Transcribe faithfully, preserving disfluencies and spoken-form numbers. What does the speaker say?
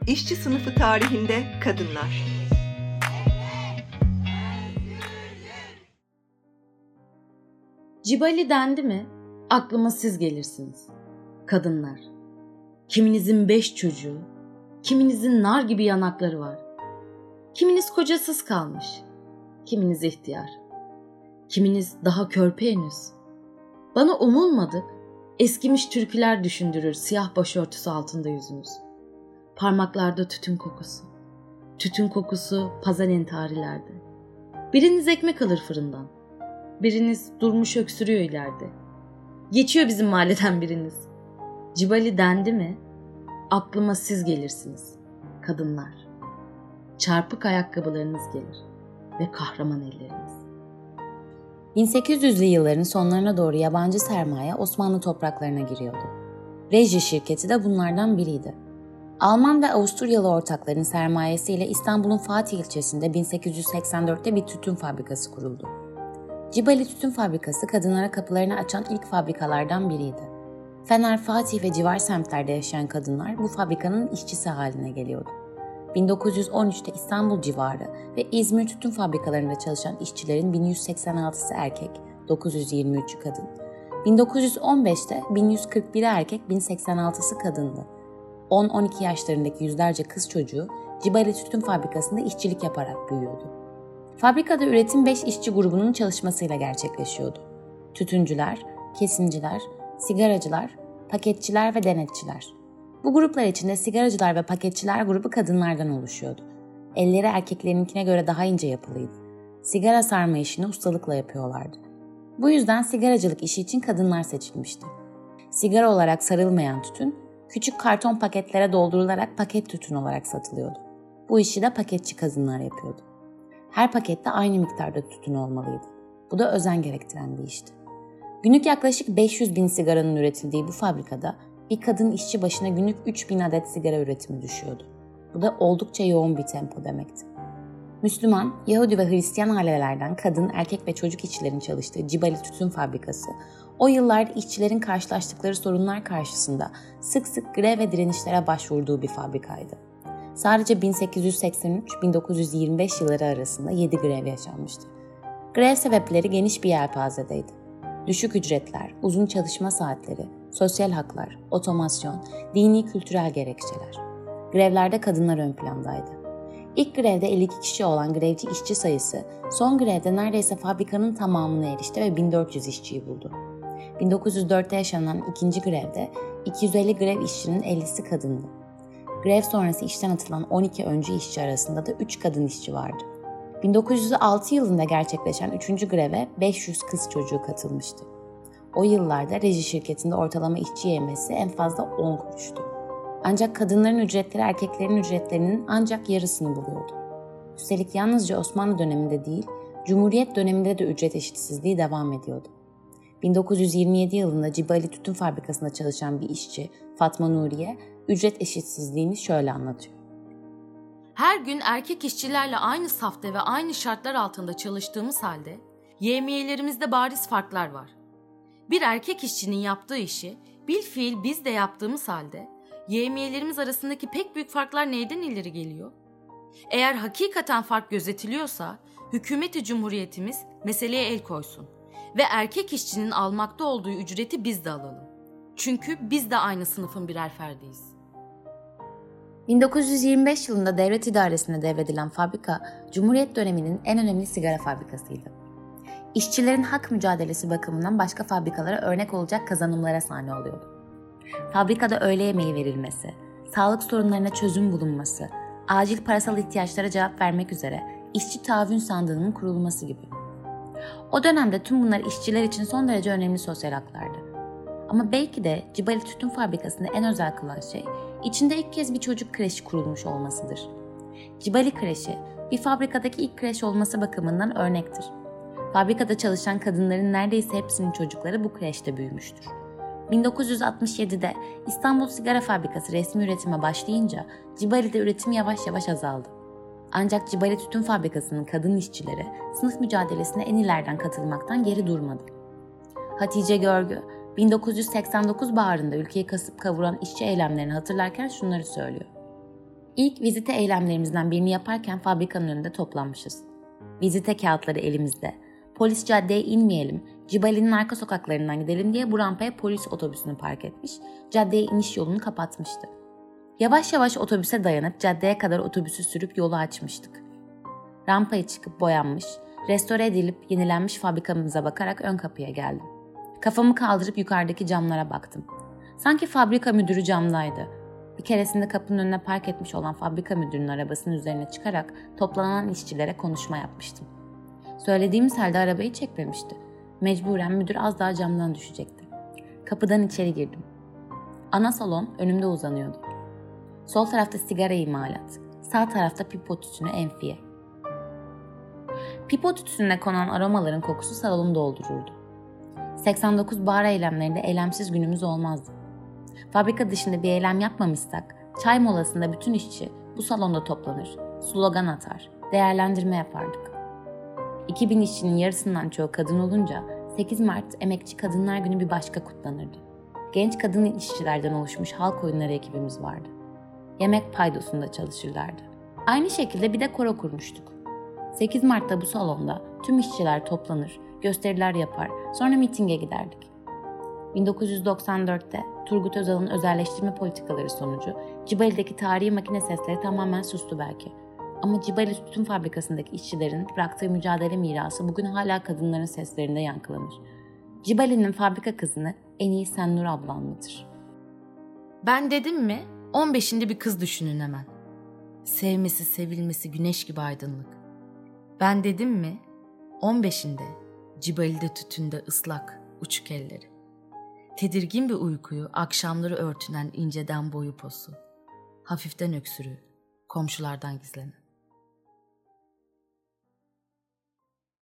İşçi sınıfı tarihinde kadınlar. Cibali dendi mi, aklıma siz gelirsiniz. Kadınlar. Kiminizin beş çocuğu, kiminizin nar gibi yanakları var. Kiminiz kocasız kalmış, kiminiz ihtiyar. Kiminiz daha körpe henüz. Bana umulmadık, eskimiş türküler düşündürür siyah başörtüsü altında yüzünüz. Parmaklarda tütün kokusu. Tütün kokusu pazar entarilerde. Biriniz ekmek alır fırından. Biriniz durmuş öksürüyor ileride. Geçiyor bizim mahalleden biriniz. Cibali dendi mi, aklıma siz gelirsiniz, kadınlar. Çarpık ayakkabılarınız gelir ve kahraman elleriniz. bin sekiz yüzlü yılların sonlarına doğru yabancı sermaye Osmanlı topraklarına giriyordu. Reji şirketi de bunlardan biriydi. Alman ve Avusturyalı ortakların sermayesiyle İstanbul'un Fatih ilçesinde bin sekiz yüz seksen dörtte bir tütün fabrikası kuruldu. Cibali Tütün Fabrikası kadınlara kapılarını açan ilk fabrikalardan biriydi. Fener, Fatih ve civar semtlerde yaşayan kadınlar bu fabrikanın işçisi haline geliyordu. bin dokuz yüz on üçte İstanbul civarı ve İzmir tütün fabrikalarında çalışan işçilerin bin yüz seksen altısı erkek, dokuz yüz yirmi üçü kadın. bin dokuz yüz on beşte bin yüz kırk biri erkek, bin seksen altısı kadındı. on on iki yaşlarındaki yüzlerce kız çocuğu Cibali Tütün Fabrikası'nda işçilik yaparak büyüyordu. Fabrikada üretim beş işçi grubunun çalışmasıyla gerçekleşiyordu. Tütüncüler, kesinciler, sigaracılar, paketçiler ve denetçiler. Bu gruplar içinde sigaracılar ve paketçiler grubu kadınlardan oluşuyordu. Elleri erkeklerinkine göre daha ince yapılıydı. Sigara sarma işini ustalıkla yapıyorlardı. Bu yüzden sigaracılık işi için kadınlar seçilmişti. Sigara olarak sarılmayan tütün, küçük karton paketlere doldurularak paket tütün olarak satılıyordu. Bu işi de paketçi kadınlar yapıyordu. Her pakette aynı miktarda tütün olmalıydı. Bu da özen gerektiren bir işti. Günlük yaklaşık beş yüz bin sigaranın üretildiği bu fabrikada bir kadın işçi başına günlük üç bin adet sigara üretimi düşüyordu. Bu da oldukça yoğun bir tempo demekti. Müslüman, Yahudi ve Hristiyan ailelerden kadın, erkek ve çocuk işçilerin çalıştığı Cibali Tütün Fabrikası, o yıllarda işçilerin karşılaştıkları sorunlar karşısında sık sık grev ve direnişlere başvurduğu bir fabrikaydı. Sadece bin sekiz yüz seksen üç - bin dokuz yüz yirmi beş yılları arasında yedi grev yaşanmıştı. Grev sebepleri geniş bir yelpazedeydi. Düşük ücretler, uzun çalışma saatleri, sosyal haklar, otomasyon, dini kültürel gerekçeler. Grevlerde kadınlar ön plandaydı. İlk grevde elli iki kişi olan grevci işçi sayısı son grevde neredeyse fabrikanın tamamına erişti ve bin dört yüz işçiyi buldu. bin dokuz yüz dörtte yaşanan ikinci grevde iki yüz elli grev işçinin ellisi kadındı. Grev sonrası işten atılan on iki öncü işçi arasında da üç kadın işçi vardı. bin dokuz yüz altı yılında gerçekleşen üçüncü greve beş yüz kız çocuğu katılmıştı. O yıllarda reji şirketinde ortalama işçi yemesi en fazla on kuruştu. Ancak kadınların ücretleri erkeklerin ücretlerinin ancak yarısını buluyordu. Üstelik yalnızca Osmanlı döneminde değil, Cumhuriyet döneminde de ücret eşitsizliği devam ediyordu. bin dokuz yüz yirmi yedi yılında Cibali Tütün Fabrikası'nda çalışan bir işçi, Fatma Nuriye, ücret eşitsizliğini şöyle anlatıyor. Her gün erkek işçilerle aynı safta ve aynı şartlar altında çalıştığımız halde yevmiyelerimizde bariz farklar var. Bir erkek işçinin yaptığı işi bilfiil biz de yaptığımız halde yevmiyelerimiz arasındaki pek büyük farklar neyden ileri geliyor? Eğer hakikaten fark gözetiliyorsa hükümeti cumhuriyetimiz meseleye el koysun ve erkek işçinin almakta olduğu ücreti biz de alalım. Çünkü biz de aynı sınıfın birer ferdiyiz. bin dokuz yüz yirmi beş yılında devlet idaresine devredilen fabrika, Cumhuriyet döneminin en önemli sigara fabrikasıydı. İşçilerin hak mücadelesi bakımından başka fabrikalara örnek olacak kazanımlara sahne oluyordu. Fabrikada öğle yemeği verilmesi, sağlık sorunlarına çözüm bulunması, acil parasal ihtiyaçlara cevap vermek üzere işçi taahhüt sandığının kurulması gibi. O dönemde tüm bunlar işçiler için son derece önemli sosyal haklardı. Ama belki de Cibali Tütün Fabrikası'nı en özel kılan şey, içinde ilk kez bir çocuk kreşi kurulmuş olmasıdır. Cibali Kreşi, bir fabrikadaki ilk kreş olması bakımından örnektir. Fabrikada çalışan kadınların neredeyse hepsinin çocukları bu kreşte büyümüştür. bin dokuz yüz altmış yedide İstanbul Sigara Fabrikası resmi üretime başlayınca Cibali'de üretim yavaş yavaş azaldı. Ancak Cibali Tütün Fabrikası'nın kadın işçileri sınıf mücadelesine en ileriden katılmaktan geri durmadı. Hatice Görgü, bin dokuz yüz seksen dokuz baharında ülkeyi kasıp kavuran işçi eylemlerini hatırlarken şunları söylüyor. İlk vizite eylemlerimizden birini yaparken fabrikanın önünde toplanmışız. Vizite kağıtları elimizde. Polis caddeye inmeyelim, Cibali'nin arka sokaklarından gidelim diye bu rampaya polis otobüsünü park etmiş, caddeye iniş yolunu kapatmıştı. Yavaş yavaş otobüse dayanıp caddeye kadar otobüsü sürüp yolu açmıştık. Rampaya çıkıp boyanmış, restore edilip yenilenmiş fabrikamıza bakarak ön kapıya geldim. Kafamı kaldırıp yukarıdaki camlara baktım. Sanki fabrika müdürü camdaydı. Bir keresinde kapının önüne park etmiş olan fabrika müdürünün arabasının üzerine çıkarak toplanan işçilere konuşma yapmıştım. Söylediğimiz halde arabayı çekmemişti. Mecburen müdür az daha camdan düşecekti. Kapıdan içeri girdim. Ana salon önümde uzanıyordu. Sol tarafta sigara imalat, sağ tarafta pipo tütünü enfiye. Pipo tütününe konan aromaların kokusu salonu doldururdu. seksen dokuz bar eylemlerinde eylemsiz günümüz olmazdı. Fabrika dışında bir eylem yapmamışsak, çay molasında bütün işçi bu salonda toplanır, slogan atar, değerlendirme yapardık. iki bin işçinin yarısından çoğu kadın olunca sekiz Mart Emekçi Kadınlar Günü bir başka kutlanırdı. Genç kadın işçilerden oluşmuş halk oyunları ekibimiz vardı. Yemek paydosunda çalışırlardı. Aynı şekilde bir de koro kurmuştuk. sekiz Mart'ta bu salonda tüm işçiler toplanır, gösteriler yapar, sonra mitinge giderdik. bin dokuz yüz doksan dörtte Turgut Özal'ın özelleştirme politikaları sonucu Cibali'deki tarihi makine sesleri tamamen sustu belki. Ama Cibali Tütün Fabrikası'ndaki işçilerin bıraktığı mücadele mirası bugün hala kadınların seslerinde yankılanır. Cibali'nin fabrika kızını en iyi Sen Nur abla anlatır. Ben dedim mi on beşinde bir kız düşünün hemen. Sevmesi sevilmesi güneş gibi aydınlık. Ben dedim mi on beşinde Cibali'de tütünde ıslak uçuk elleri. Tedirgin bir uykuyu akşamları örtünen inceden boyu posu. Hafiften öksürüğü komşulardan gizlenen.